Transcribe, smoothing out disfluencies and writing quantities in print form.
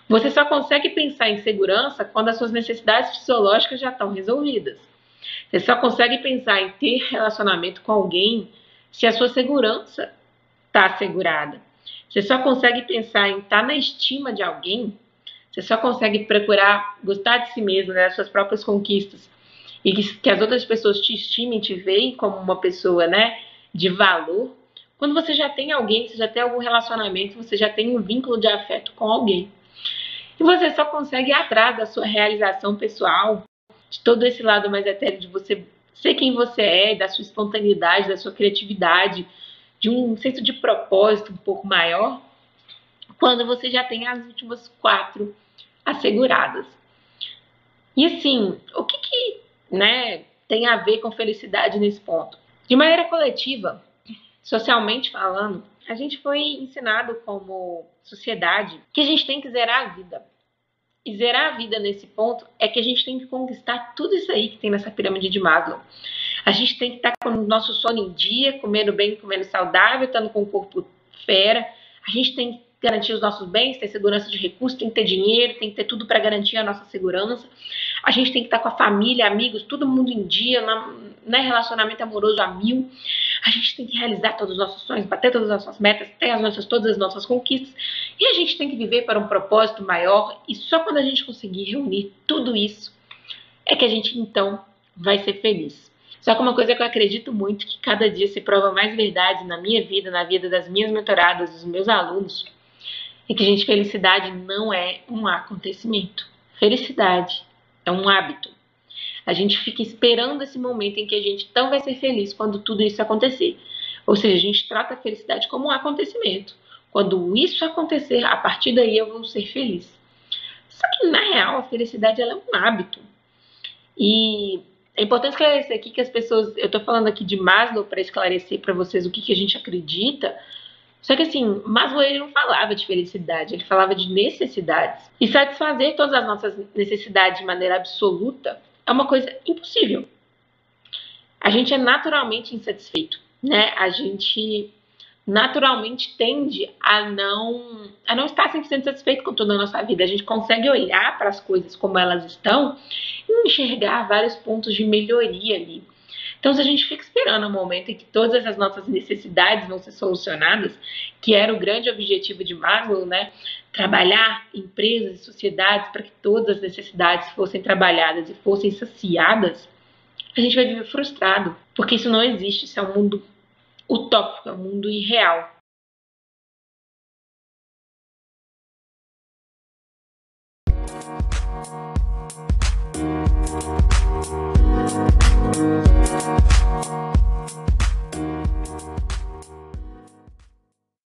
Você só consegue pensar em segurança quando as suas necessidades fisiológicas já estão resolvidas. Você só consegue pensar em ter relacionamento com alguém se a sua segurança está assegurada. Você só consegue pensar em estar na estima de alguém, você só consegue procurar gostar de si mesmo, né, das suas próprias conquistas, e que as outras pessoas te estimem, te veem como uma pessoa, né, de valor, quando você já tem alguém, você já tem algum relacionamento, você já tem um vínculo de afeto com alguém. E você só consegue ir atrás da sua realização pessoal, de todo esse lado mais etéreo de você ser quem você é, da sua espontaneidade, da sua criatividade, de um senso de propósito um pouco maior, quando você já tem as últimas 4 asseguradas. E assim, o que né, tem a ver com felicidade nesse ponto? De maneira coletiva, socialmente falando, a gente foi ensinado como sociedade que a gente tem que zerar a vida. E zerar a vida nesse ponto é que a gente tem que conquistar tudo isso aí que tem nessa pirâmide de Maslow. A gente tem que estar com o nosso sono em dia, comendo bem, comendo saudável, estando com o corpo fera. A gente tem que garantir os nossos bens, ter segurança de recursos, tem que ter dinheiro, tem que ter tudo para garantir a nossa segurança. A gente tem que estar com a família, amigos, todo mundo em dia, né, relacionamento amoroso a 1000. A gente tem que realizar todos os nossos sonhos, bater todas as nossas metas, ter todas as nossas conquistas. E a gente tem que viver para um propósito maior. E só quando a gente conseguir reunir tudo isso é que a gente então vai ser feliz. Só que uma coisa que eu acredito muito, que cada dia se prova mais verdade na minha vida, na vida das minhas mentoradas, dos meus alunos, é que, gente, felicidade não é um acontecimento. Felicidade é um hábito. A gente fica esperando esse momento em que a gente então vai ser feliz quando tudo isso acontecer. Ou seja, a gente trata a felicidade como um acontecimento. Quando isso acontecer, a partir daí eu vou ser feliz. Só que, na real, a felicidade ela é um hábito. E é importante esclarecer aqui que as pessoas... Eu estou falando aqui de Maslow para esclarecer para vocês o que a gente acredita. Só que assim, Maslow ele não falava de felicidade, ele falava de necessidades. E satisfazer todas as nossas necessidades de maneira absoluta é uma coisa impossível. A gente é naturalmente insatisfeito, né? A gente naturalmente tende a não estar 100% satisfeito com toda a nossa vida. A gente consegue olhar para as coisas como elas estão e enxergar vários pontos de melhoria ali. Então, se a gente fica esperando o momento em que todas as nossas necessidades vão ser solucionadas, que era o grande objetivo de Maslow, né? Trabalhar empresas e sociedades para que todas as necessidades fossem trabalhadas e fossem saciadas, a gente vai viver frustrado, porque isso não existe, isso é um mundo utópico, é um mundo irreal.